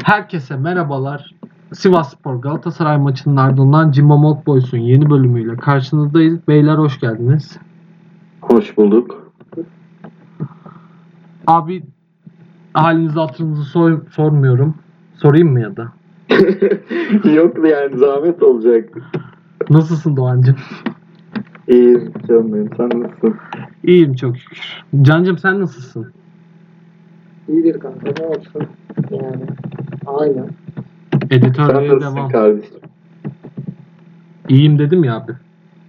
Herkese merhabalar. Sivasspor Galatasaray maçının ardından Jimbo Old Boys'un yeni bölümüyle karşınızdayız. Beyler hoş geldiniz. Hoş bulduk. Abi halinizi hatırınızı sormuyorum. Sorayım mı ya da? Yok yani zahmet olacak. Nasılsın Doğancığım? İyiyim canım benim. Sen nasılsın? İyiyim çok şükür. Cancığım sen nasılsın? İyidir kanka, ne olsun yani, aynen. Sen Editörlüğe nasılsın devam. kardeşim? İyiyim dedim ya abi.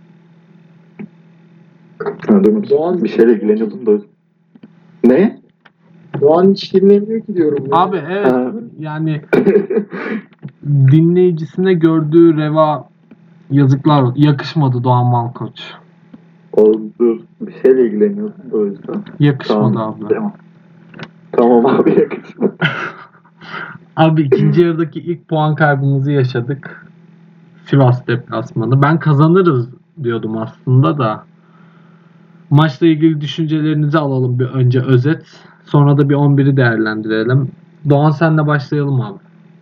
Ha, değil mi? Doğan- Bir şeyle ilgileniyordum da. Ne? Doğan hiç dinlemiyor ki diyorum. ya. Abi evet Ha. yani dinleyicisine gördüğü reva yazıklar olsun. Yakışmadı Doğan Malkoç. Oldu. Bir şeyle ilgileniyordum da o yüzden. Yakışmadı abi. Tamam. Tamam abi yakışmadı. Abi ikinci yarıdaki ilk puan kaybımızı yaşadık. Sivas deplasmanı. Ben kazanırız diyordum aslında da. Maçla ilgili düşüncelerinizi alalım bir önce özet. Sonra da bir 11'i değerlendirelim. Doğan senle başlayalım abi.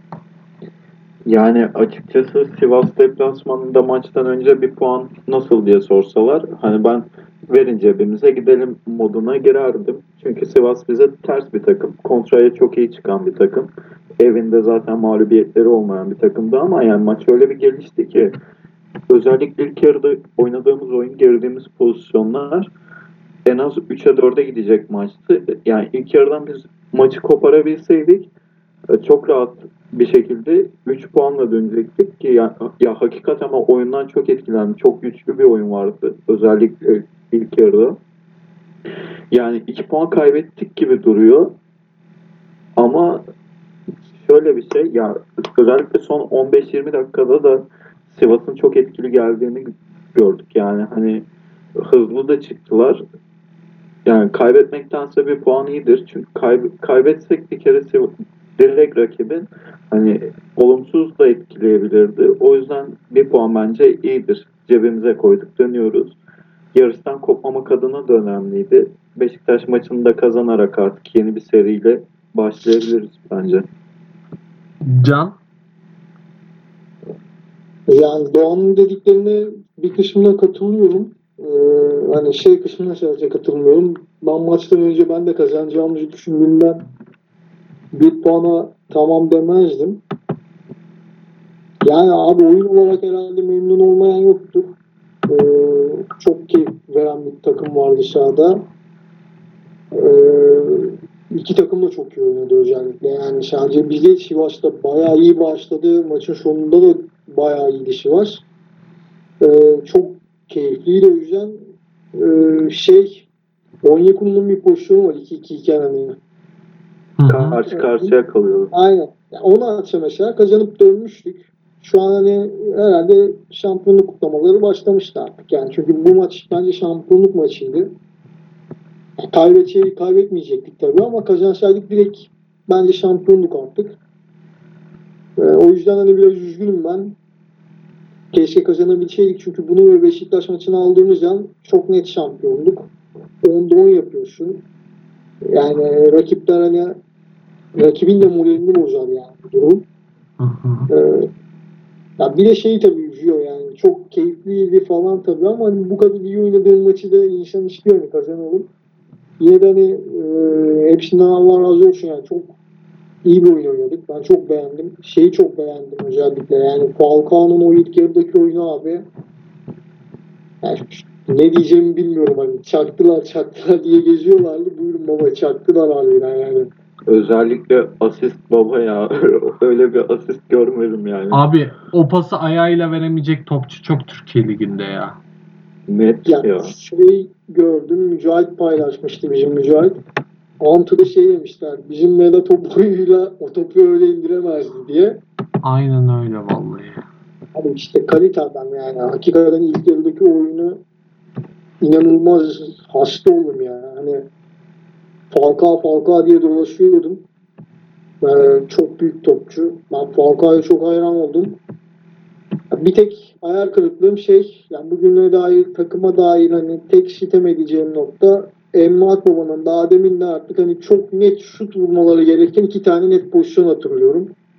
Yani açıkçası Sivas deplasmanında maçtan önce bir puan nasıl diye sorsalar hani ben verin cebimize gidelim moduna girerdim. Çünkü Sivas bize ters bir takım. Kontraya çok iyi çıkan bir takım. Evinde zaten mağlubiyetleri olmayan bir takımdı ama yani maç öyle bir gelişti ki özellikle ilk yarıda oynadığımız oyun, girdiğimiz pozisyonlar en az 3'e 4'e gidecek maçtı. Yani ilk yarıdan biz maçı koparabilseydik çok rahat bir şekilde 3 puanla dönecektik ki ya hakikat ama oyundan çok etkilendim. Çok güçlü bir oyun vardı. Özellikle ilk yarıda. Yani 2 puan kaybettik gibi duruyor. Ama şöyle bir şey ya özellikle son 15-20 dakikada da Sivas'ın çok etkili geldiğini gördük. Yani hani hızlı da çıktılar. Yani kaybetmektense bir puan iyidir. Çünkü kaybetsek bir kere direkt rakibin hani olumsuz da etkileyebilirdi. O yüzden bir puan bence iyidir. Cebimize koyduk, dönüyoruz. Yarıştan kopmamak adına da önemliydi. Beşiktaş maçını da kazanarak artık yeni bir seriyle başlayabiliriz bence. Can? Yani Doğan'ın dediklerine bir kısmına katılıyorum. Hani şey kısmına sadece katılmıyorum. Ben maçtan önce ben de kazanacağımızı düşündüğümden bir puana tamam demezdim. Yani abi oyun olarak herhalde memnun olmayan yoktur. Ee, Çok keyif veren bir takım vardı sahada. İki takım da çok iyi oynadı özellikle. Yani sadece bize Sivas'ta bayağı iyi başladı. Maçın sonunda da bayağı iyiydi Sivas. Çok keyifliydi o yüzden. Onyekuru'nun bir pozisyonu var 2-2 iken hani. Karşı karşıya kalıyoruz. Aynen. Yani onu atsa mesela kazanıp dönmüştük. Şu an hani herhalde şampiyonluk kutlamaları başlamıştı artık. Yani çünkü bu maç bence şampiyonluk maçıydı. Kaybetmeyecektik tabii ama kazansaydık direkt bence şampiyonluk artık. O yüzden hani biraz üzgünüm ben. Keşke kazanabilseydik çünkü bunu ve Beşiktaş maçını aldığımız an çok net şampiyonluk. 10'da 10 yapıyorsun. Yani rakipler hani rakibin de moralini bozar yani bu durum. Ya bir de şeyi tabii üzüyor yani. Çok keyifliydi falan tabii ama hani bu kadar iyi oynadığım maçı da insan istiyor hani kazanalım. Yine de hani hepsinden Allah razı olsun yani çok iyi bir oyun oynadık. Ben çok beğendim. Şeyi çok beğendim özellikle yani Falcao'nun o ilk yarıdaki oyunu abi. Yani ne diyeceğimi bilmiyorum hani çaktılar diye geziyorlardı. Buyurun baba çaktılar harbiden yani. Özellikle asist baba ya. Öyle bir asist görmedim yani. Abi o pası ayağıyla veremeyecek topçu çok Türkiye Ligi'nde ya. Net Yani ya. şeyi gördüm. Mücahit paylaşmıştı bizim Mücahit. Antı'da şey demişler. Bizim Vedat o boyuyla o topu öyle indiremezdi diye. Aynen öyle vallahi. Abi işte kalite adam yani. Hakikaten ilk yarıdaki oyunu inanılmaz hasta oldum ya. Hani Falcao diye dolaşıyordum. Çok büyük topçu. Ben Falcao'ya çok hayran oldum. Bir tek ayar kırıklığım yani bugüne dair takıma dair hani tek sitem edeceğim nokta Emrah Baba'nın daha demin de artık hani çok net şut vurmaları gereken iki tane net pozisyon hatırlıyorum.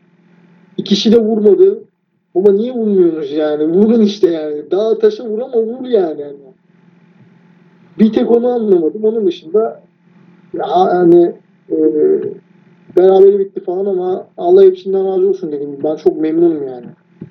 Bir kişi de vurmadı. Ama niye vurmuyorsunuz yani? Vurun işte yani. Dağa taşa vur ama vur yani. Bir tek onu anlamadım. Onun dışında hani e, berabere bitti falan ama Allah hepsinden razı olsun dediğim gibi. Ben çok memnunum yani.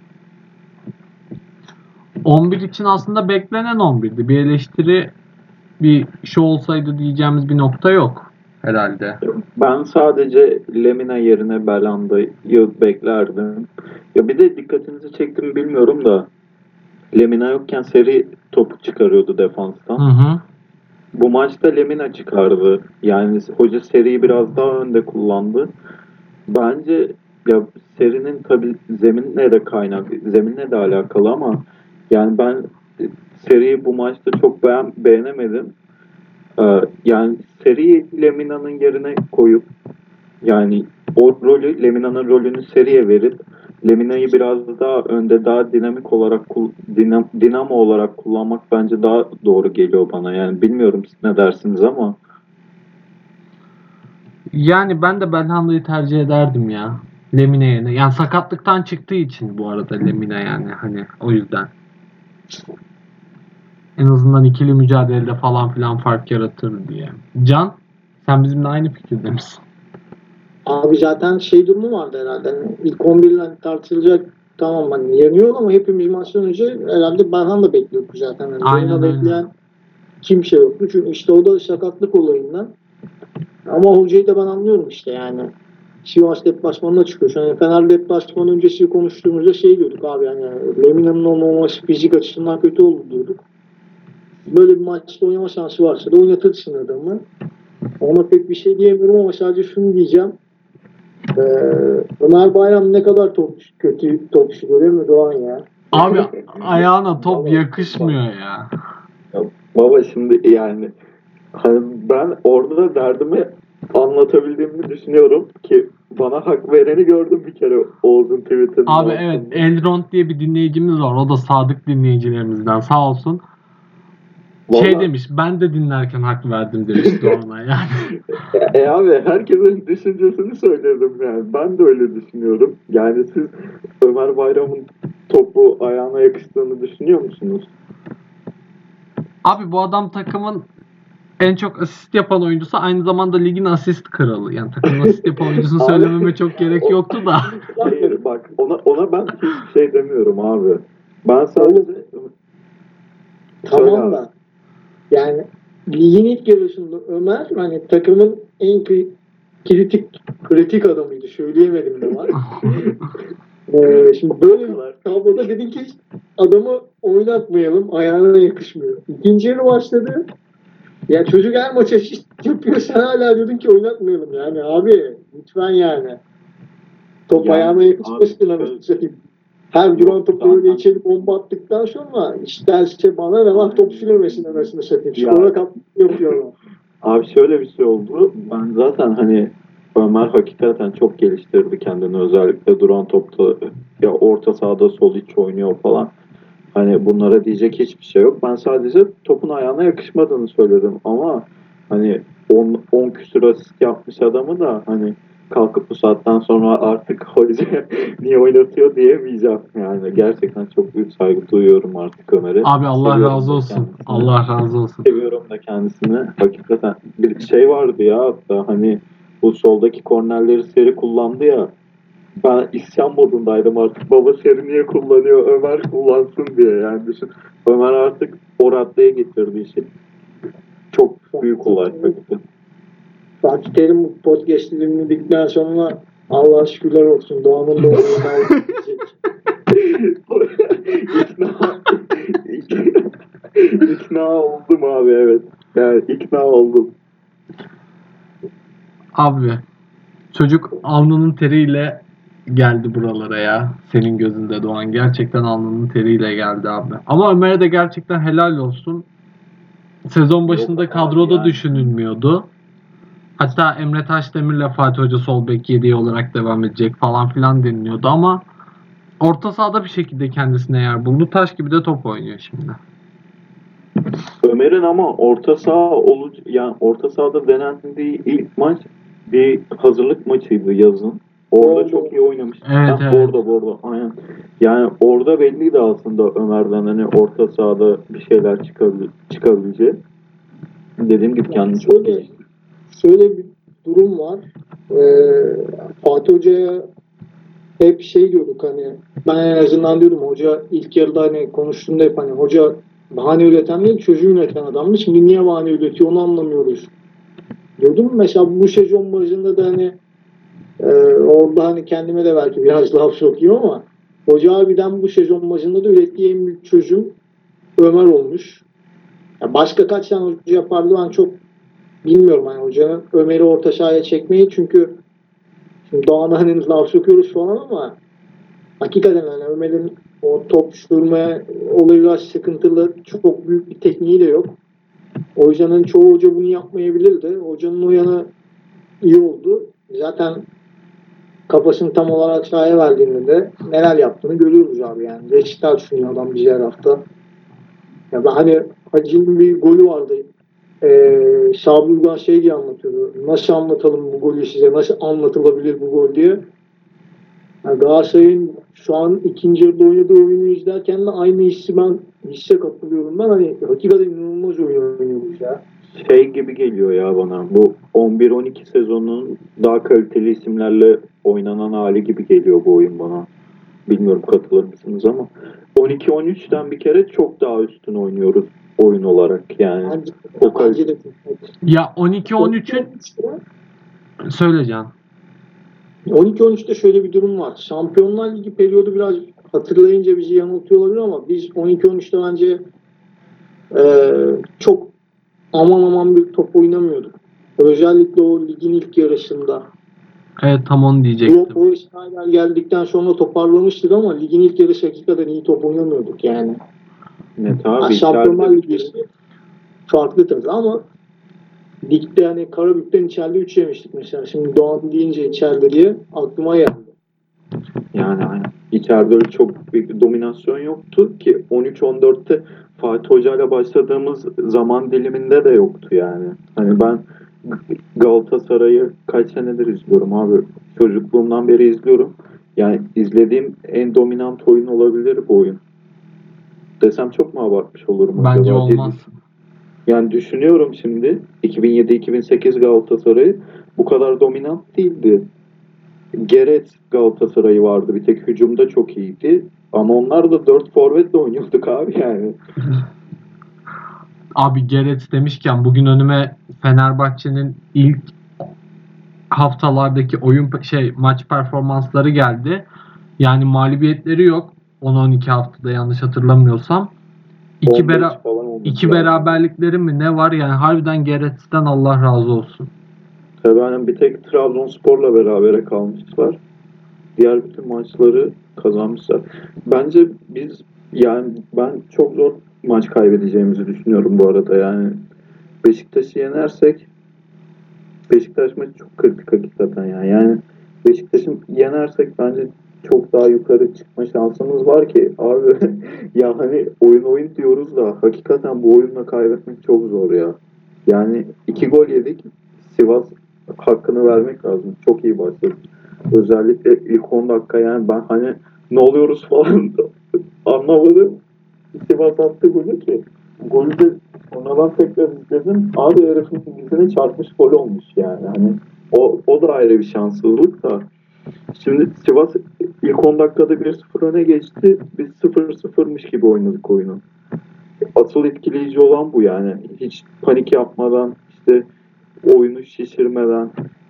11 için aslında beklenen 11'di. Bir eleştiri, bir şey olsaydı diyeceğimiz bir nokta yok herhalde. Ben sadece Lemina yerine Belanda'yı beklerdim. Ya bir de dikkatinizi çektim bilmiyorum da Lemina yokken seri topu çıkarıyordu Hı defanstan. hı. Bu maçta Lemina çıkardı. Yani hoca seriyi biraz daha önde kullandı. Bence ya serinin tabii zeminle de alakalı ama yani ben seriyi bu maçta çok beğenemedim. Yani seriyi Lemina'nın yerine koyup yani Lemina'nın rolünü seriye verip Lemina'yı biraz daha önde daha dinamik olarak dinamo olarak kullanmak bence daha doğru geliyor bana. Yani bilmiyorum siz ne dersiniz ama Yani ben de Belhanda'yı tercih ederdim ya. Lemine yerine. Yani sakatlıktan çıktığı için bu arada Lemine, yani hani o yüzden. En azından ikili mücadelede falan filan fark yaratır diye. Can, sen bizimle aynı fikirde misin? Abi zaten şey durumu vardı herhalde. Hani ilk 11 ile tartışılacak, tamam hani yeniyor ama hepimiz maçtan önce herhalde Berhan da bekliyorduk zaten. Hani Aynen Lemina öyle. bekleyen kimse yoktu. Çünkü işte o da sakatlık olayından. Ama hocayı da ben anlıyorum işte yani. Sivas deplasmanına çıkıyor. Şu an Fener deplasmanı öncesi konuştuğumuzda şey diyorduk abi yani Lemina'nın olmaması fizik açısından kötü oldu diyorduk. Böyle bir maçta oynama şansı varsa da oynatırsın adamı. Ona pek bir şey diyemiyorum ama sadece şunu diyeceğim. Ee, Ömer Bayram ne kadar kötü topçu görüyor mu Doğan ya? Abi ayağına top Baba, yakışmıyor ya. baba şimdi yani hani ben orada derdimi anlatabildiğimi düşünüyorum ki bana hak vereni gördüm bir kere Oğuz'un Twitter'ının Abi evet, altında. Elrond diye bir dinleyicimiz var. O da sadık dinleyicilerimizden, sağ olsun. Şey Valla demiş, ben de dinlerken hak verdim demiş Doğan'a yani. abi herkesin düşüncesini söyledim yani. Ben de öyle düşünüyorum. Yani siz Ömer Bayram'ın topu ayağına yakıştığını düşünüyor musunuz? Abi bu adam takımın en çok asist yapan oyuncusu, aynı zamanda ligin asist kralı. Yani takımın asist yapan oyuncusunu Abi söylememe çok gerek o, yoktu da. hayır bak ona ben hiçbir şey demiyorum abi. Ben Oğlum sadece söyle tamam abi. da yani ligin ilk yarısında Ömer hani takımın en kritik adamıydı. Söyleyemedim de var. Şimdi böyle bir tabloda dedin ki adamı oynatmayalım. Ayağına yakışmıyor. İkinci yarı başladı. Ya çocuk her maç asist yapıyor. Sen hala diyordun ki oynatmayalım. Yani abi lütfen yani. Top Yani ayağına abi yakışmasın anasını satayım. Her duran yok topu öyle zaten içeri bomba attıktan sonra isterse bana ne var top sürmesin anasını satayım. ya Skora katkı yapıyor. abi şöyle bir şey oldu. Ben zaten hani Ömer hakikaten çok geliştirdi kendini özellikle duran topta ya orta sahada sol iç oynuyor falan. Hani bunlara diyecek hiçbir şey yok. Ben sadece topun ayağına yakışmadığını söyledim ama hani 10 küsur asist yapmış adamı da hani kalkıp bu saatten sonra artık hoca niye oynatıyor diyemeyeceğim yani. Gerçekten çok büyük saygı duyuyorum artık Ömer'e. Abi Allah Seviyorum razı da olsun. kendisini. Allah razı olsun. Seviyorum da kendisini. Hakikaten bir şey vardı ya hatta hani bu soldaki kornerleri seri kullandı ya. Ben isyan modundaydım artık. Baba seri niye kullanıyor? Ömer kullansın diye yani düşün. Ömer artık o raddeye getirdi işi. Çok büyük olay hakikaten. Fatih Terim podcast'i dinledikten sonra Allah şükürler olsun Doğan'ın da olayını aldı diyecek. ikna, ikna oldum abi evet. Yani ikna oldum. Abi çocuk alnının teriyle geldi buralara ya. Senin gözünde Doğan. Gerçekten alnının teriyle geldi abi. Ama Ömer'e de gerçekten helal olsun. Sezon başında Yok abi kadroda yani. düşünülmüyordu. Hatta Emre Taşdemir'le Fatih Hoca sol bek yedeği olarak devam edecek falan filan deniliyordu ama orta sahada bir şekilde kendisine yer buldu. Taş gibi de top oynuyor şimdi. Ömer'in ama yani orta sahada denendiği ilk maç bir hazırlık maçıydı yazın. Orada Bordo. çok iyi oynamış. Evet, Ha, evet. Bordo. Aynen. Yani orada belliydi aslında Ömer'den hani orta sahada bir şeyler çıkabileceği. Dediğim gibi kendini çok Şöyle, geliştirdi. şöyle bir durum var. Fatih Hoca'ya hep şey diyorduk hani, ben en azından diyordum, hoca ilk yarıda hani konuştuğunda hep hani hoca bahane üreten değil çözüm üreten adamdı. Şimdi niye bahane üretiyor onu anlamıyoruz diyordum. Mesela bu sezon başında da hani orada hani kendime de belki biraz laf sokayım ama hoca harbiden bu sezon başında da ürettiği en büyük çözüm Ömer olmuş. Ya başka kaç tane hoca yapardı ben çok bilmiyorum hani hocanın Ömer'i orta sahaya çekmeyi, çünkü şimdi Doğan'a hani laf sokuyoruz falan ama hakikaten hani Ömer'in o top sürme olayı biraz sıkıntılı. Çok büyük bir tekniği de yok. O yüzden hani çoğu hoca bunu yapmayabilirdi. Hocanın o yanı iyi oldu. Zaten kafasını tam olarak sahaya verdiğinde de neler yaptığını görüyoruz abi yani. Reçitel sunuyor adam bize her hafta. Ya ben hani Hacı'nın bir golü vardı. Şabi Ulgan şey diye anlatıyordu. Nasıl anlatalım bu golü size? Nasıl anlatılabilir bu gol diye. Yani Galatasaray'ın şu an ikinci yarıda oynadığı oyunu izlerken de aynı hisse kapılıyorum ben. Hani hakikaten inanılmaz oyun oynuyormuş ya. Şey gibi geliyor ya bana. Bu 11-12 sezonunun daha kaliteli isimlerle oynanan hali gibi geliyor bu oyun bana. Bilmiyorum katılır mısınız ama 12-13'ten bir kere çok daha üstün oynuyoruz oyun olarak yani. Bence, O kalite. bence de Ya 12-13'ün söyleyeceğim. 12-13'te şöyle bir durum var. Şampiyonlar Ligi periyodu biraz hatırlayınca bizi yanıltıyor olabilir ama biz 12-13'te bence çok aman aman bir top oynamıyorduk. Özellikle o ligin ilk yarısında. Evet, tam onu diyecektim. O İsmail geldikten sonra toparlamıştık ama ligin ilk yarısı hakikaten iyi top oynamıyorduk yani. Net abi Şampiyonlar içeride Ligi farklı tabii ama ligde hani Karabük'ten içeride 3 yemiştik mesela. Şimdi Doğan deyince içeride diye aklıma geldi. yani aynen. İçeride öyle çok büyük bir dominasyon yoktu ki 13-14'te Fatih Hoca ile başladığımız zaman diliminde de yoktu yani. Hani ben Galatasaray'ı kaç senedir izliyorum abi. Çocukluğumdan beri izliyorum. Yani izlediğim en dominant oyun olabilir bu oyun. Desem çok mu abartmış olurum Bence acaba? olmaz. Yani düşünüyorum şimdi 2007-2008 Galatasaray'ı bu kadar dominant değildi. Geret Galatasaray'ı vardı. Bir tek hücumda çok iyiydi. Ama onlar da 4 forvetle oynuyorduk abi yani. Abi Gerets demişken bugün önüme Fenerbahçe'nin ilk haftalardaki maç performansları geldi. Yani mağlubiyetleri yok. 10-12 haftada yanlış hatırlamıyorsam. 15 falan olmuş İki lazım. beraberlikleri mi ne var? Yani harbiden Gerets'ten Allah razı olsun. Tabii hani bir tek Trabzonspor'la berabere kalmışlar. Diğer bütün maçları kazanmışlar. Bence ben çok zor maç kaybedeceğimizi düşünüyorum bu arada. Yani Beşiktaş'ı yenersek Beşiktaş maçı çok kritik hakikaten ya. Yani Beşiktaş'ı yenersek bence çok daha yukarı çıkma şansımız var ki abi ya hani oyun diyoruz da hakikaten bu oyunla kaybetmek çok zor ya. Yani 2 gol yedik. Sivas hakkını vermek lazım. Çok iyi başladı. Özellikle ilk 10 dakika yani ben hani ne oluyoruz falan anlamadım. Sivas attı golü ki. Golü de sonradan tekrar izledim. Abi herifin dizine çarpmış gol olmuş yani. Hani o da ayrı bir şanssızlık da. Şimdi Sivas ilk 10 dakikada 1-0 öne geçti. Biz 0-0'mış gibi oynadık oyunu. Asıl etkileyici olan bu yani. Hiç panik yapmadan, işte oyunu şişirmeden,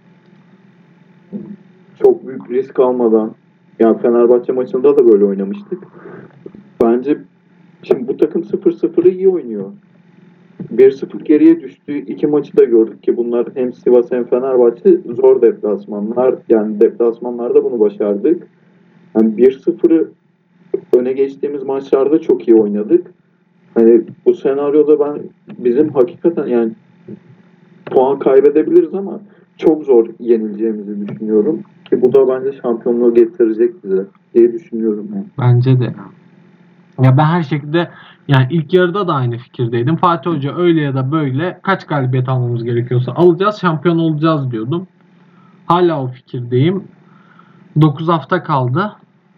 çok büyük risk almadan. Yani Fenerbahçe maçında da böyle oynamıştık. Bence şimdi bu takım 0-0'ı iyi oynuyor. 1-0 geriye düştü. 2 maçı da gördük ki bunlar hem Sivas hem Fenerbahçe zor deplasmanlar. Yani deplasmanlarda bunu başardık. Yani 1-0'ı öne geçtiğimiz maçlarda çok iyi oynadık. Hani bu senaryoda bizim hakikaten yani puan kaybedebiliriz ama çok zor yenileceğimizi düşünüyorum. Ki bu da bence şampiyonluğu getirecek bize diye düşünüyorum. Yani. Bence de. Ya ben her şekilde yani ilk yarıda da aynı fikirdeydim. Fatih Hoca öyle ya da böyle kaç galibiyet almamız gerekiyorsa alacağız, şampiyon olacağız diyordum. Hala o fikirdeyim. 9 hafta kaldı.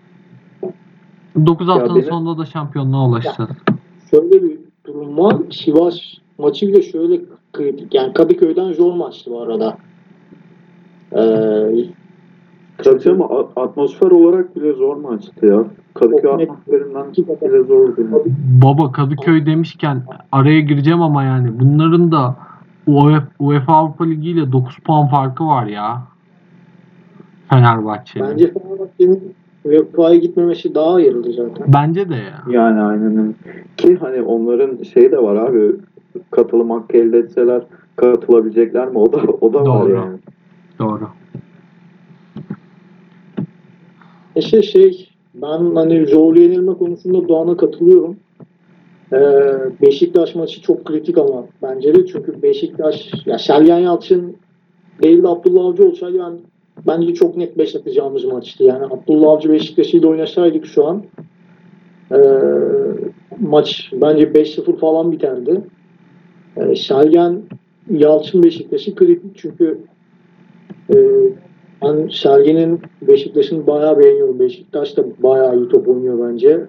9 haftanın benim- sonunda da şampiyonluğa ulaşacağız. Şöyle bir durum var. Sivas maçı bile şöyle kritik. Yani Kadıköy'den zor maçtı bu arada. Tabii ama atmosfer olarak bile zor maçtı ya. Kadıköy Çok net. atmosferinden bile zordu. Yani. Baba Kadıköy demişken araya gireceğim ama yani bunların da UEFA Avrupa Ligi ile 9 puan farkı var ya. Fenerbahçe'nin. Bence Fenerbahçe'nin UEFA'ya gitmemesi daha hayırlı zaten. Bence de ya. Yani aynen öyle. Ki hani onların şey de var abi, katılım hakkı elde etseler katılabilecekler mi? O da var Doğru. yani. Doğru. Ben hani zorlu yenilme konusunda Doğan'a katılıyorum. Beşiktaş maçı çok kritik ama bence de, çünkü Beşiktaş ya Sergen Yalçın değil de Abdullah Avcı olsaydı bence çok net 5 atacağımız maçtı. Yani Abdullah Avcı Beşiktaş'ı ile oynasaydık şu an maç bence 5-0 falan biterdi. Sergen Yalçın Beşiktaş'ı kritik, çünkü ben Sergen'in Beşiktaş'ını bayağı beğeniyorum. Beşiktaş da bayağı iyi top oynuyor bence.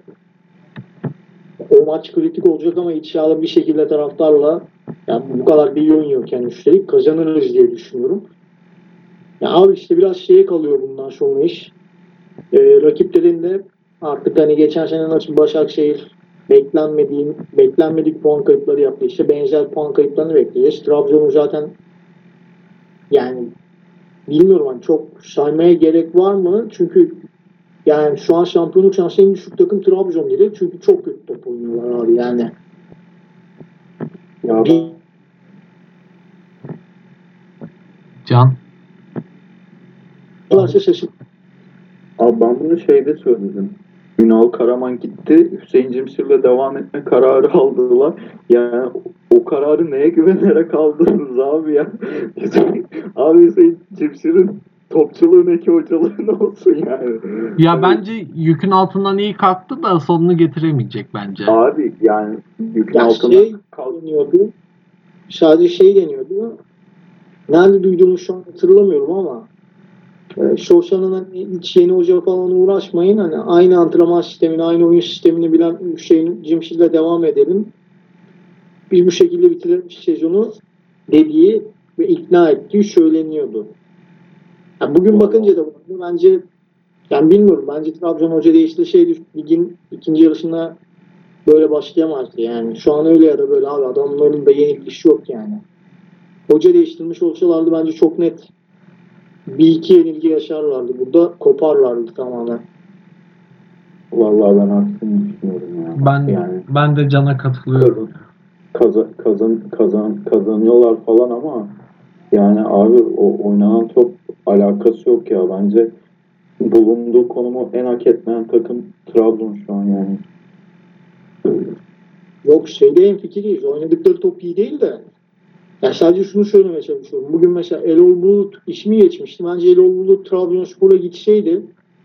O maç kritik olacak ama inşallah bir şekilde taraftarla, yani bu kadar da iyi oynuyorken üstelik kazanırız diye düşünüyorum. Ya abi işte biraz şeye kalıyor bundan sonra iş. Rakiplerin de artık hani geçen sene Başakşehir beklenmedik puan kayıpları yaptı. İşte benzer puan kayıplarını bekleyeceğiz. Trabzon'u zaten yani bilmiyorum, hani çok saymaya gerek var mı? Çünkü yani şu an şampiyonluk şansı en düşük takım Trabzon direkt. Çünkü çok kötü top oynuyorlar abi yani. Ya Bir Can. varsa şaşırt. abi ben bunu şeyde söyledim. Ünal Karaman gitti. Hüseyin Cimşir'le devam etme kararı aldılar. Yani o kararı neye güvenerek aldınız abi ya? Abi Hüseyin Cimşir'in topçuluğun eki hocalığın olsun yani. Ya bence yükün altından iyi kalktı da sonunu getiremeyecek bence. Abi yani yükün Ya altında deniyordu. Sadece deniyordu. Nerede duyduğumu şu an hatırlamıyorum ama Şoşan'ın hani hiç yeni hoca falan uğraşmayın. Hani aynı antrenman sistemini, aynı oyun sistemini bilen Hüseyin Cimşir'le devam edelim. Biz bu şekilde bitirelim sezonu dediği ve ikna ettiği söyleniyordu. Yani bugün bakınca da bence, yani bilmiyorum, bence Trabzon hoca değiştirseydi ligin ikinci yarısına böyle başlayamazdı yani. Şu an öyle ya da böyle abi, adamların da yenilgisi yok yani. Hoca değiştirmiş olsalardı bence çok net bir iki yenilgi yaşarlardı. Burada koparlardı tamamen. vallahi ben aksini düşünüyorum ya. Ben de Can'a katılıyorum. Kazanıyorlar falan ama yani abi o oynanan top alakası yok ya. Bence bulunduğu konumu en hak etmeyen takım Trabzon şu an yani. Yok hemfikiriyiz. Oynadıkları top iyi değil de. Yani sadece şunu söylemeye çalışıyorum. Bugün mesela Erol Bulut ismi geçmişti. Bence Erol Bulut Trabzonspor'a gitseydi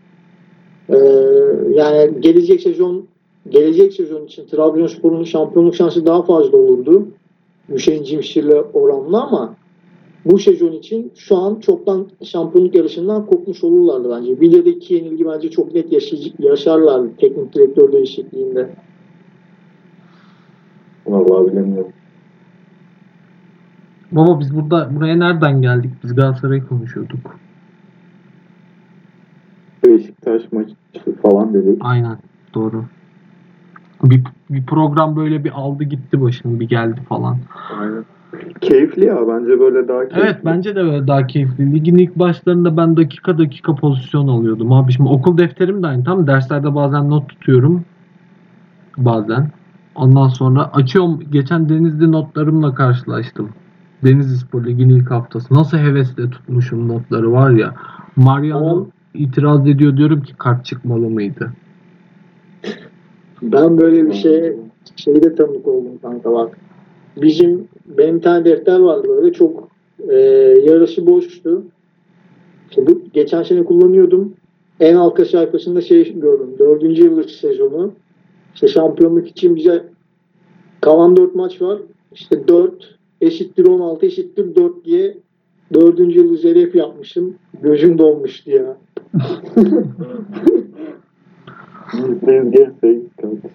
yani gelecek sezon için Trabzonspor'un şampiyonluk şansı daha fazla olurdu. Hüseyin Cimşir'le oranla, ama bu sezon için şu an çoktan şampiyonluk yarışından kopmuş olurlardı bence. Bile'deki yenilgi bence çok net yaşarlardı teknik direktör değişikliğinde. Vallahi bilemiyorum. Baba biz buraya nereden geldik? Biz Galatasaray'ı konuşuyorduk. Beşiktaş maçı falan dedik. Aynen. Doğru. Bir program böyle bir aldı gitti başını, bir geldi falan. Aynen. Keyifli ya, bence böyle daha keyifli. Evet, bence de böyle daha keyifli. Ligin ilk başlarında ben dakika pozisyon alıyordum abi. Şimdi okul defterim de aynı. Tam derslerde bazen not tutuyorum. Bazen. Ondan sonra açıyorum. Geçen Denizli notlarımla karşılaştım. Denizlispor Ligi'nin ilk haftası. Nasıl hevesle tutmuşum notları var ya. Mariano itiraz ediyor, diyorum ki kart çıkmalı mıydı? Ben böyle bir şeyde tanık oldum kanka bak. Benim bir tane defter vardı böyle, çok yarısı boştu. İşte geçen sene kullanıyordum. En arka sayfasında gördüm. 4. yıllık sezonu. İşte şampiyonluk için bize kalan 4 maç var. İşte 4 eşittir 16 eşittir 4 diye 4. yıl hedef yapmışım. Gözüm dolmuştu ya. Biz gelseyiz kanka.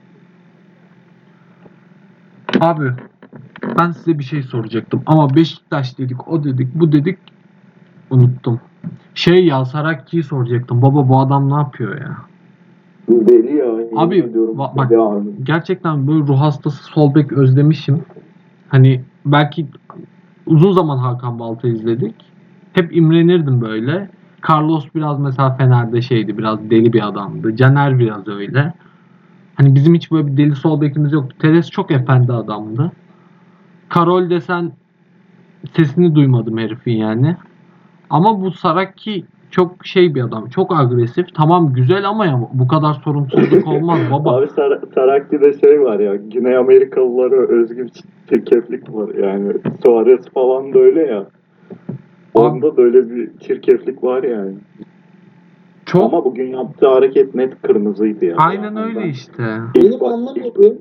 Abi ben size bir şey soracaktım ama Beşiktaş dedik, o dedik, bu dedik, unuttum. Ya Sarakki'yi soracaktım. Baba bu adam ne yapıyor ya? Deli ya. Abi yemin ediyorum, bak deli abi. gerçekten böyle ruh hastası sol bek özlemişim. Hani belki uzun zaman Hakan Balta izledik. Hep imrenirdim böyle. Carlos biraz mesela Fener'de biraz deli bir adamdı. Caner biraz öyle. Hani bizim hiç böyle bir deli sol bekimiz yoktu. Teres çok efendi adamdı. Karol desen sesini duymadım herifin yani. Ama bu Saraki çok bir adam. Çok agresif. Tamam güzel ama ya bu kadar sorumsuzluk olmaz baba. Abi Sarakki'de var ya, Güney Amerikalılara özgü bir çirkeflik var yani. Suarez falan da öyle ya. Onda da öyle bir çirkeflik var yani. Çok Ama bugün yaptığı hareket net kırmızıydı ya. aynen Yani öyle ben işte. Benim anlamadığım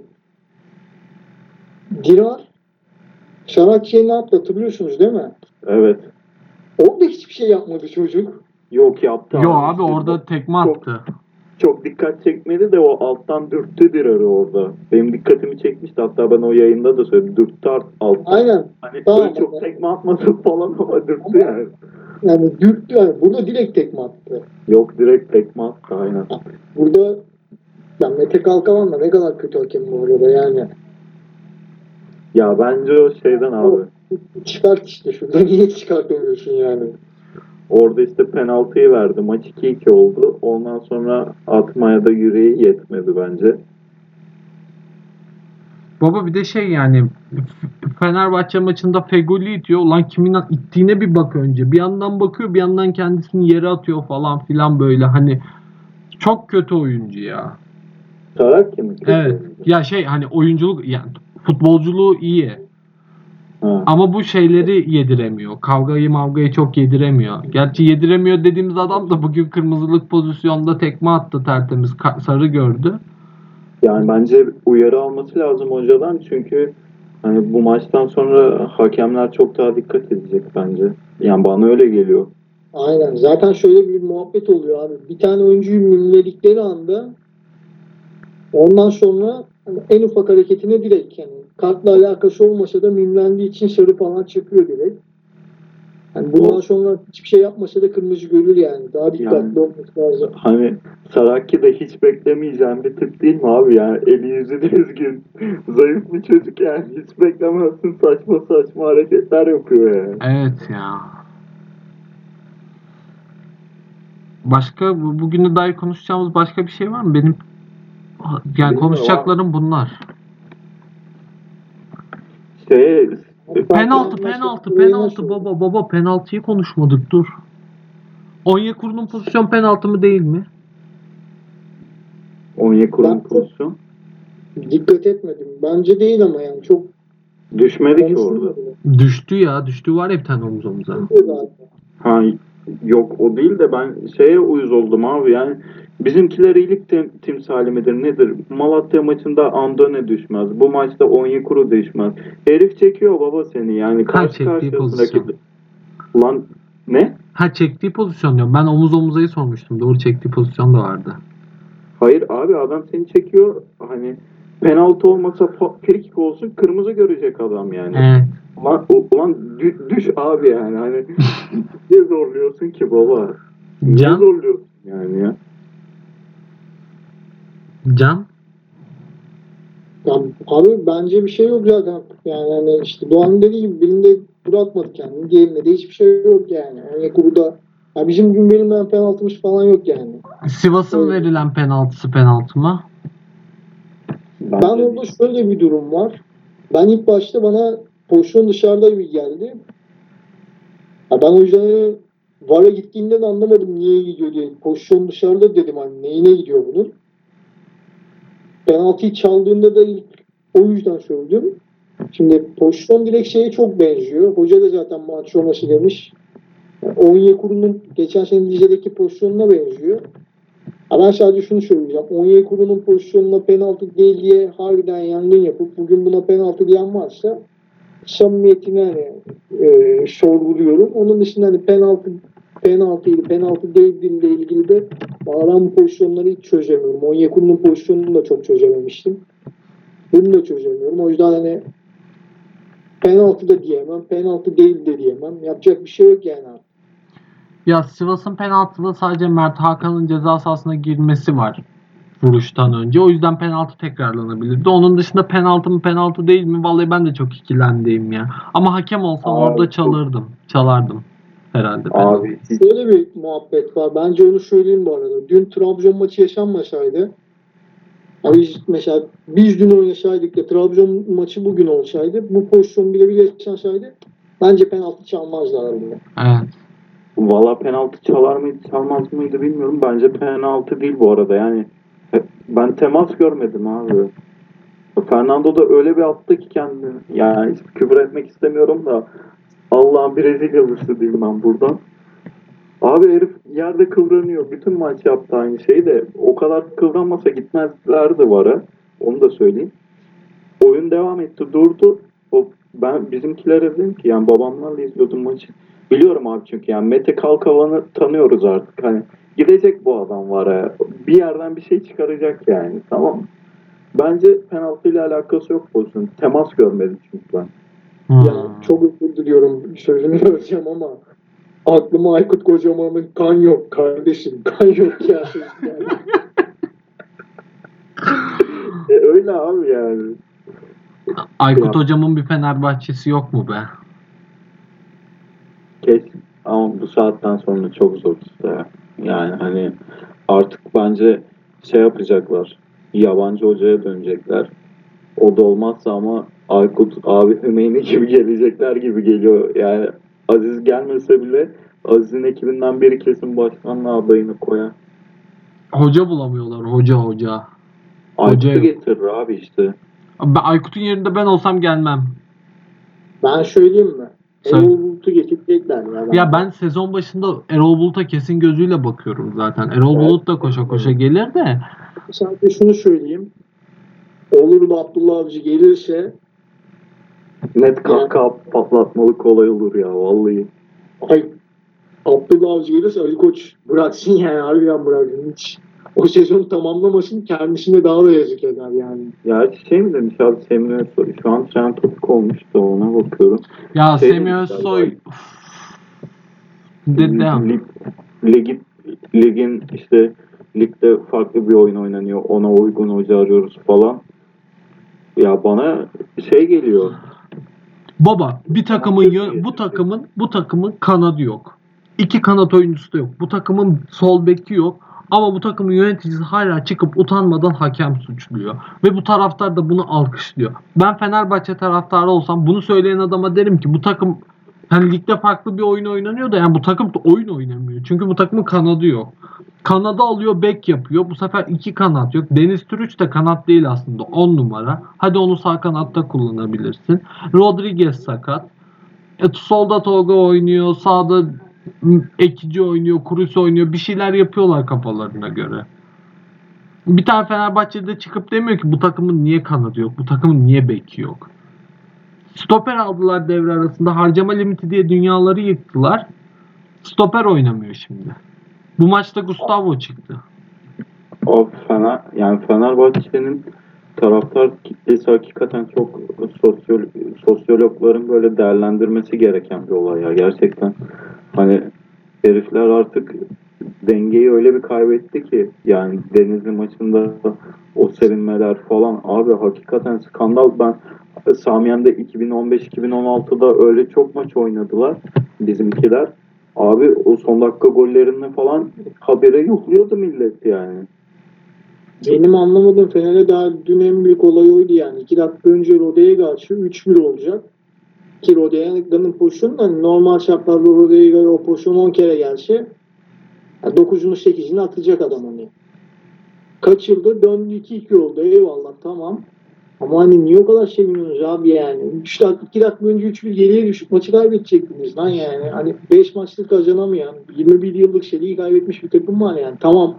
Dirar Şarakçı'ya ne yaptı hatırlıyorsunuz değil mi? Evet. Orada hiçbir şey yapmadı çocuk. Yok yaptı Yo abi. abi orada tekme çok, attı. çok dikkat çekmedi de o alttan dürttü Dirar'ı orada. Benim dikkatimi çekmişti. Hatta ben o yayında da söyledim. Dürttü alttan. Aynen. Hani Tamam. böyle çok tekme atmadı falan ama dürttü yani. Yani dürttü yani. Burada direkt tekme attı. Yok, direkt tekme attı aynen. Burada ya Mete Kalkavan da ne kadar kötü hakem bu arada yani. Ya bence o şeyden abi. Çıkart işte şurada niye çıkartamıyorsun yani. Orada işte penaltıyı verdi. Maç 2-2 oldu. Ondan sonra atmaya da yüreği yetmedi bence. Baba bir de yani Fenerbahçe maçında Fegoli itiyor. Ulan kimin ittiğine bir bak önce. Bir yandan bakıyor bir yandan kendisini yere atıyor falan filan böyle. Hani çok kötü oyuncu ya. Sarak kim? Evet. Ya hani oyunculuk yani futbolculuğu iyi. Ha. Ama bu şeyleri yediremiyor. Mavgayı çok yediremiyor. Gerçi yediremiyor dediğimiz adam da bugün kırmızılık pozisyonda tekme attı tertemiz. Sarı gördü. Yani bence uyarı alması lazım hocadan, çünkü hani bu maçtan sonra hakemler çok daha dikkat edecek bence. Yani bana öyle geliyor. Aynen. Zaten şöyle bir muhabbet oluyor abi. Bir tane oyuncuyu mimledikleri anda ondan sonra hani en ufak hareketine direkt yani kartla alakası olmasa da mimlendiği için sarı falan çıkıyor direkt. Yani bundan sonra hiçbir şey yapmasa da kırmızı görür yani. Daha dikkatli olması lazım. Hani Saraki de hiç beklemeyeceğim bir tip değil mi abi? Yani eli yüzü düzgün, zayıf bir çocuk yani. Hiç beklemezsin, saçma saçma hareketler yapıyor yani. Evet ya. Başka bugüne dair konuşacağımız başka bir şey var mı? Benim yani konuşacaklarım bunlar. Penaltı baba penaltıyı konuşmadık dur. Onyekuru'nun pozisyon penaltı mı değil mi? Onyekuru'nun pozisyon. Dikkat etmedim. Bence değil ama yani çok Düşmedi ki orada. Düştü ya. Düştü var ya bir tane omuz omuza. Ha, yok o değil de ben uyuz oldum abi. Yani bizimkiler iyilik timsali midir nedir? Malatya maçında Andone düşmez. Bu maçta Onyekuru düşmez. Herif çekiyor baba seni yani. Karşı karşıyasın rakip. Lan ne? Çektiği pozisyon diyorum. Ben omuz omuzayı sormuştum. Doğru, çektiği pozisyon da vardı. Hayır abi, adam seni çekiyor. Hani penaltı olmasa frikik olsun, kırmızı görecek adam yani. Evet. Ulan düş abi yani. Hani niye zorluyorsun ki baba? Niye zorluyorsun yani ya? Can? Ya abi bence bir şey yok zaten. Yani hani işte Doğan dediği gibi birinde bırakmadı kendini. Diğerinde de hiçbir şey yok yani. Onyekuru'da ya bizim gün verilmeyen penaltımız falan yok yani. Sivas'ın verilen penaltısı penaltı mı? Ben orada şöyle bir durum var. Ben ilk başta bana pozisyon dışarıda gibi geldi. Ya ben o yüzden VAR'a gittiğimde de anlamadım niye gidiyor diye. Pozisyon dışarıda dedim hani neyine gidiyor bunun. Penaltıyı çaldığında da ilk o yüzden söyledim. Şimdi pozisyon direkt şeye çok benziyor. Hoca da zaten maç sonrası demiş. Yani Onyekuru'nun geçen sene Lice'deki pozisyonuna benziyor. Ha ben sadece şunu söyleyeceğim. Onyekuru'nun pozisyonuna penaltı değil diye harbiden yangın yapıp bugün buna penaltı diyen varsa samimiyetini hani sorguluyorum. Onun dışında hani penaltı penaltıydı, penaltı değildiğiyle ilgili de valla ben bu pozisyonları hiç çözemiyorum. Onyekuru'nun pozisyonunu da çok çözememiştim. Bunu da çözemiyorum. O yüzden hani penaltı da diyemem, penaltı değil de diyemem. Yapacak bir şey yok yani artık. Ya Sivas'ın penaltıda sadece Mert Hakan'ın ceza sahasına girmesi var vuruştan önce. O yüzden penaltı tekrarlanabilirdi. Onun dışında penaltı mı penaltı değil mi? Vallahi ben de çok ikilemdeyim ya. Ama hakem olsam Abi, orada çalardım herhalde penaltı. Abi Şöyle bir muhabbet var. Bence onu söyleyeyim bu arada. Dün Trabzon maçı yaşanmasaydı, hani mesela biz dün oynasaydık da Trabzon maçı bugün olsaydı, bu pozisyon bile yaşansaydı bence penaltı çalmazlardı. Evet. valla penaltı çalar mıydı çalmaz mıydı bilmiyorum. Bence penaltı değil bu arada. Yani ben temas görmedim abi. Fernando da öyle bir attı ki kendini. Yani hiç küfür etmek istemiyorum da Allah'ın Brezilyalısı diyeyim ben buradan. Abi herif yerde kıvranıyor. Bütün maç yaptı aynı şeyi de. O kadar kıvranmasa gitmezlerdi VAR'a. Onu da söyleyeyim. Oyun devam etti. Durdu. Ben bizimkilere dedim ki yani babamlarla izliyordum maçı. Biliyorum abi çünkü yani Mete Kalkavan'ı tanıyoruz artık. Hani gidecek bu adam VAR'a. Bir yerden bir şey çıkaracak yani. Tamam mı? Bence penaltıyla alakası yok olsun. Temas görmedim çünkü ben. Ya çok özür diliyorum, sözünü böleceğim ama aklıma Aykut Kocaman'ın kan yok kardeşim, kan yok ya. Yani. Öyle abi yani. Aykut Ya. hocamın bir Fenerbahçesi yok mu be? Keş ama bu saatten sonra çok zor işte. Yani hani artık bence şey yapacaklar. Yabancı hocaya dönecekler. O da olmazsa ama Aykut abi Hümeyni gibi gelecekler gibi geliyor. Yani Aziz gelmese bile Aziz'in ekibinden biri kesin başkanlığa adayını koyar. Hoca bulamıyorlar. Hoca. Hoca Aykut'u yok. getirir abi işte. Ben Aykut'un yerinde ben olsam gelmem. Ben söyleyeyim mi? Söyle. Erol Bulut'u getirecekler ya. Ya ben sezon başında Erol Bulut'a kesin gözüyle bakıyorum zaten. Erol Evet. Bulut da koşa koşa gelir de. Sadece şunu söyleyeyim. Olur da Abdullah Avcı gelirse Net kahkaha patlatmalık olay olur ya vallahi. ay, Abdullah Avcı gelirse Ali Koç bıraksın yani, harbiden bıraksın. Hiç o sezonu tamamlamasın, kendisine daha da yazık eder yani. Ya şey mi demiş abi Semih Özsoy? Şu an trend topik olmuş da ona bakıyorum. Ya Şey Semih demiş Özsoy galiba, dedim. Ligin işte ligde farklı bir oyun oynanıyor. Ona uygun hoca arıyoruz falan. Ya bana şey geliyor. Baba bir takımın bu takımın kanadı yok. İki kanat oyuncusu da yok. Bu takımın sol beki yok. Ama bu takımın yöneticisi hala çıkıp utanmadan hakem suçluyor. Ve bu taraftar da bunu alkışlıyor. Ben Fenerbahçe taraftarı olsam bunu söyleyen adama derim ki bu takım hani ligde farklı bir oyun oynanıyor da yani bu takım da oyun oynamıyor. Çünkü bu takımın kanadı yok. Kanadı alıyor bek yapıyor. Bu sefer iki kanat yok. Deniz Türüç de kanat değil aslında. 10 numara. Hadi onu sağ kanatta kullanabilirsin. Rodriguez sakat. Solda Tolga oynuyor. Sağda Ekici oynuyor. Kurus oynuyor. Bir şeyler yapıyorlar kafalarına göre. Bir tane Fenerbahçe'de çıkıp demiyor ki bu takımın niye kanadı yok? Bu takımın niye beki yok? Stoper aldılar devre arasında. Harcama limiti diye dünyaları yıktılar. Stoper oynamıyor şimdi. Bu maçta Gustavo çıktı. O yani Fenerbahçe'nin taraftar kitlesi hakikaten çok sosyologların böyle değerlendirmesi gereken bir olay ya gerçekten. Hani herifler artık dengeyi öyle bir kaybetti ki yani Denizli maçında o sevinmeler falan abi hakikaten skandal. Ben Samiyen'de 2015-2016'da öyle çok maç oynadılar bizimkiler. Abi o son dakika gollerini falan habere yokluyordu millet yani. Benim anlamadığım, Fener'e daha dün en büyük olay oydu yani. 2 dakika önce Rode'ye karşı 3-1 olacak. Ki Rode'nin pozisyonu da normal şartlarda Rode'ye o pozisyon 10 kere gelse 9'unu 8'ini atacak adam hani. Kaçırdı, döndü, 2-2 oldu, eyvallah, tamam. Ama hani niye o kadar seviniyorsunuz abi yani? 3 dakika, 2 dakika önce 3-1 geriye düşüp maçı kaybedecektiniz lan yani. Hani 5 maçlık kazanamayan, 21 yıllık seriyi kaybetmiş bir takım var yani. Tamam,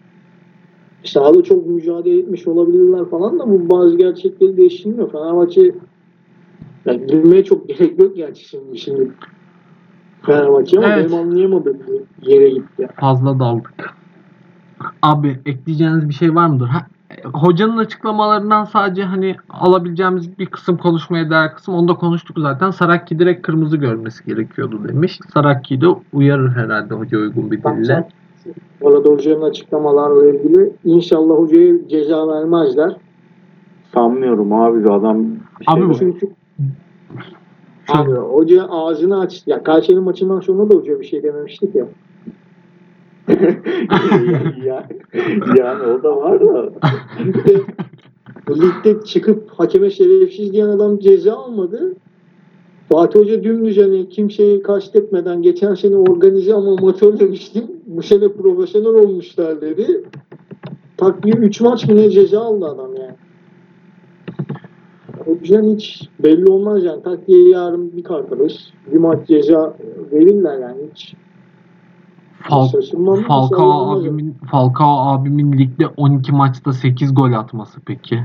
sahada çok mücadele etmiş olabilirler falan da bu bazı gerçekleri değiştirmiyor. Fenerbahçe, yani gülmeye çok gerek yok gerçi şimdi. Fenerbahçe ama Evet. benim anlayamadığım bir yere gitti. Fazla daldık. Abi ekleyeceğiniz bir şey var mıdır? Hocanın açıklamalarından sadece hani alabileceğimiz bir kısım, konuşmaya değer kısım, onu da konuştuk zaten. Saracchi direkt kırmızı görmesi gerekiyordu demiş. Saracchi'yi de uyarır herhalde hoca uygun bir dille. Orada hocanın açıklamalarla ilgili inşallah hocaya ceza vermezler. Sanmıyorum abi, adam bir şey Abi bu- Çünkü Şöyle- abi hoca ağzını açtı. Ya Kayseri maçından sonra da hoca bir şey dememiştik ya. yani o da var da. Ligde çıkıp hakeme şerefsiz diyen adam ceza almadı. Fatih Hoca dümdüz hani kimseyi kastetmeden geçen sene organize ama amatör demiştim. Bu sene profesyonel olmuşlar dedi. Takviye 3 maç mı ne ceza aldı adam yani. O yüzden hiç belli olmaz yani. Takviye yarın bir kalkarız. Bir maç ceza verirler yani hiç. Şaşırmam. Falcao abimin ligde 12 maçta 8 gol atması peki.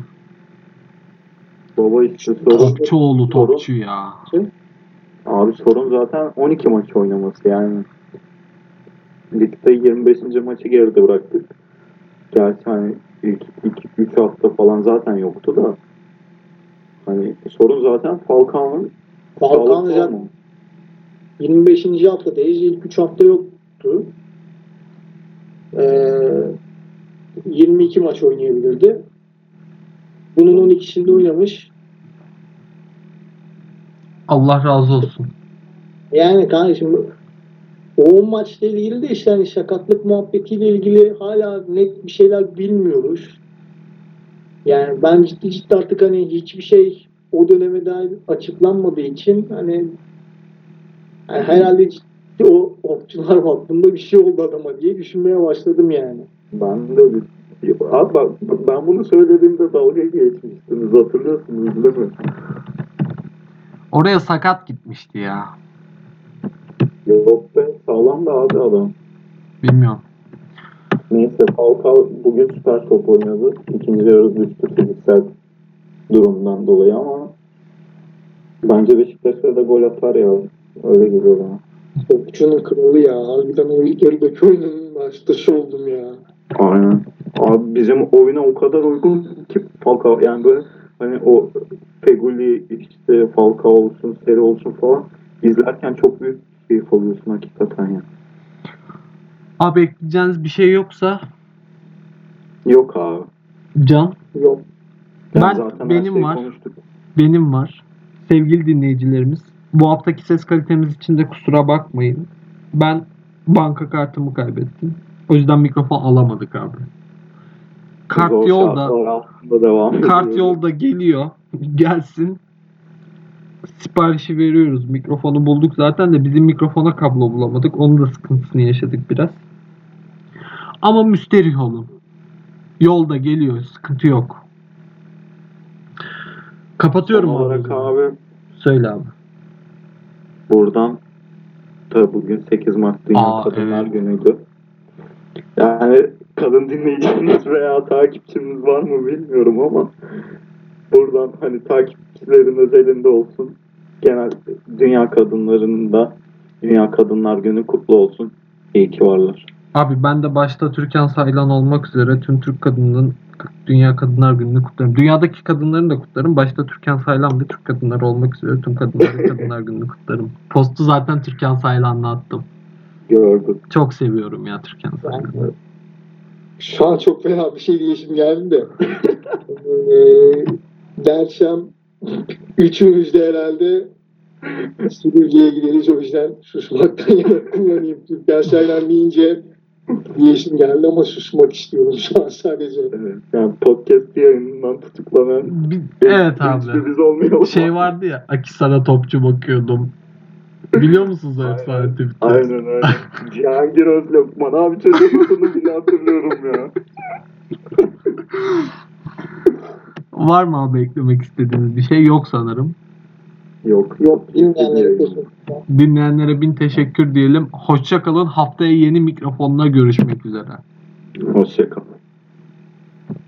Baba işte Topçuoğlu topçu ya. Abi sorun zaten 12 maç oynaması yani. Ligde 25. maçı geride bıraktık. Gerçi hani ilk 3 hafta falan zaten yoktu da. Hani sorun zaten Falcao'nun Falcao sağlıklı olmaması. 25. haftadayız. İlk 3 hafta yoktu. 22 maç oynayabilirdi. Bunun 12'sinde oynamış. Allah razı olsun. Yani kardeşim o 10 maçla ilgili de işte hani sakatlık muhabbetiyle ilgili hala net bir şeyler bilmiyoruz. Yani ben ciddi artık hani hiçbir şey o döneme dair açıklanmadığı için hani herhalde ciddi o okçular hakkında bir şey oldu adama diye düşünmeye başladım yani. Ben de öyle. Abi ben bunu söylediğimde dalga geçmiştiniz, hatırlıyorsunuz değil mi? Oraya sakat gitmişti ya. Yok be, sağlam da abi adam. Bilmiyorum. Neyse, Falcao bugün süper top oynadı. İkinci yarı düştü fiziksel durumdan dolayı ama bence Beşiktaş'a da gol atar ya. Öyle geliyor bana. Okçunun kralı ya. Harbiden o ilk yarıdaki oyunun baştaşı oldum ya. Aynen. Abi bizim oyuna o kadar uygun ki Falcao, yani böyle hani o Feguli işte Falcao olsun, Seri olsun falan izlerken çok büyük keyif alıyorsun hakikaten ya. Abi ekleyeceğiniz bir şey yoksa Yok abi. Can. Yok. Yani zaten her Benim şeyi var. konuştuk. Benim var. Sevgili dinleyicilerimiz, bu haftaki ses kalitemiz için de kusura bakmayın. Ben banka kartımı kaybettim. O yüzden mikrofon alamadık abi. Kart Zor yolda, şartlar altında devam kart ediyoruz. yolda geliyor. Gelsin. Siparişi veriyoruz. Mikrofonu bulduk zaten de bizim mikrofona kablo bulamadık. Onun da sıkıntısını yaşadık biraz. Ama müsterih olun. Yolda geliyor. Sıkıntı yok. Kapatıyorum Son abi. olarak abi Söyle abi. buradan, tabi bugün 8 Mart Dünya Kadınlar Evet. Günü'ydü. Yani kadın dinleyicimiz veya takipçimiz var mı bilmiyorum ama buradan hani takipçilerin özelinde olsun. Genel dünya kadınlarının da Dünya Kadınlar Günü kutlu olsun. İyi ki varlar. Abi ben de başta Türkan Saylan olmak üzere tüm Türk kadınının Dünya Kadınlar Günü'nü kutlarım. Dünyadaki kadınların da kutlarım. Başta Türkan Saylan ve Türk kadınları olmak üzere tüm kadınların Kadınlar Günü'nü kutlarım. Postu zaten Türkan Saylan'la attım. Gördüm. Çok seviyorum ya Türkan Saylan'ı. Şu an çok fena bir şey diyesim geldi de. Dersem üçümüz de herhalde Silivri'ye gideriz, o yüzden susmaktan yana kullanayım. Türkan Saylan deyince diyesim geldi ama susmak istiyorum şu an sadece. Evet. Yani podcast yayınından tutuklanan Evet abi. gençli biz olmayalım. Şey vardı ya, Akisar'a topçu bakıyordum. Biliyor musunuz o efsane tweet'i? Aynen öyle. Cihangir Özlokman abi, çocuğun adını bile hatırlıyorum ya. Var mı abi eklemek istediğiniz bir şey? Yok sanırım. Yok. Yok, dinleyenlere teşekkürler. Dinleyenlere 1000 teşekkür diyelim. Hoşça kalın. Haftaya yeni mikrofonla görüşmek üzere. Hoşçakal.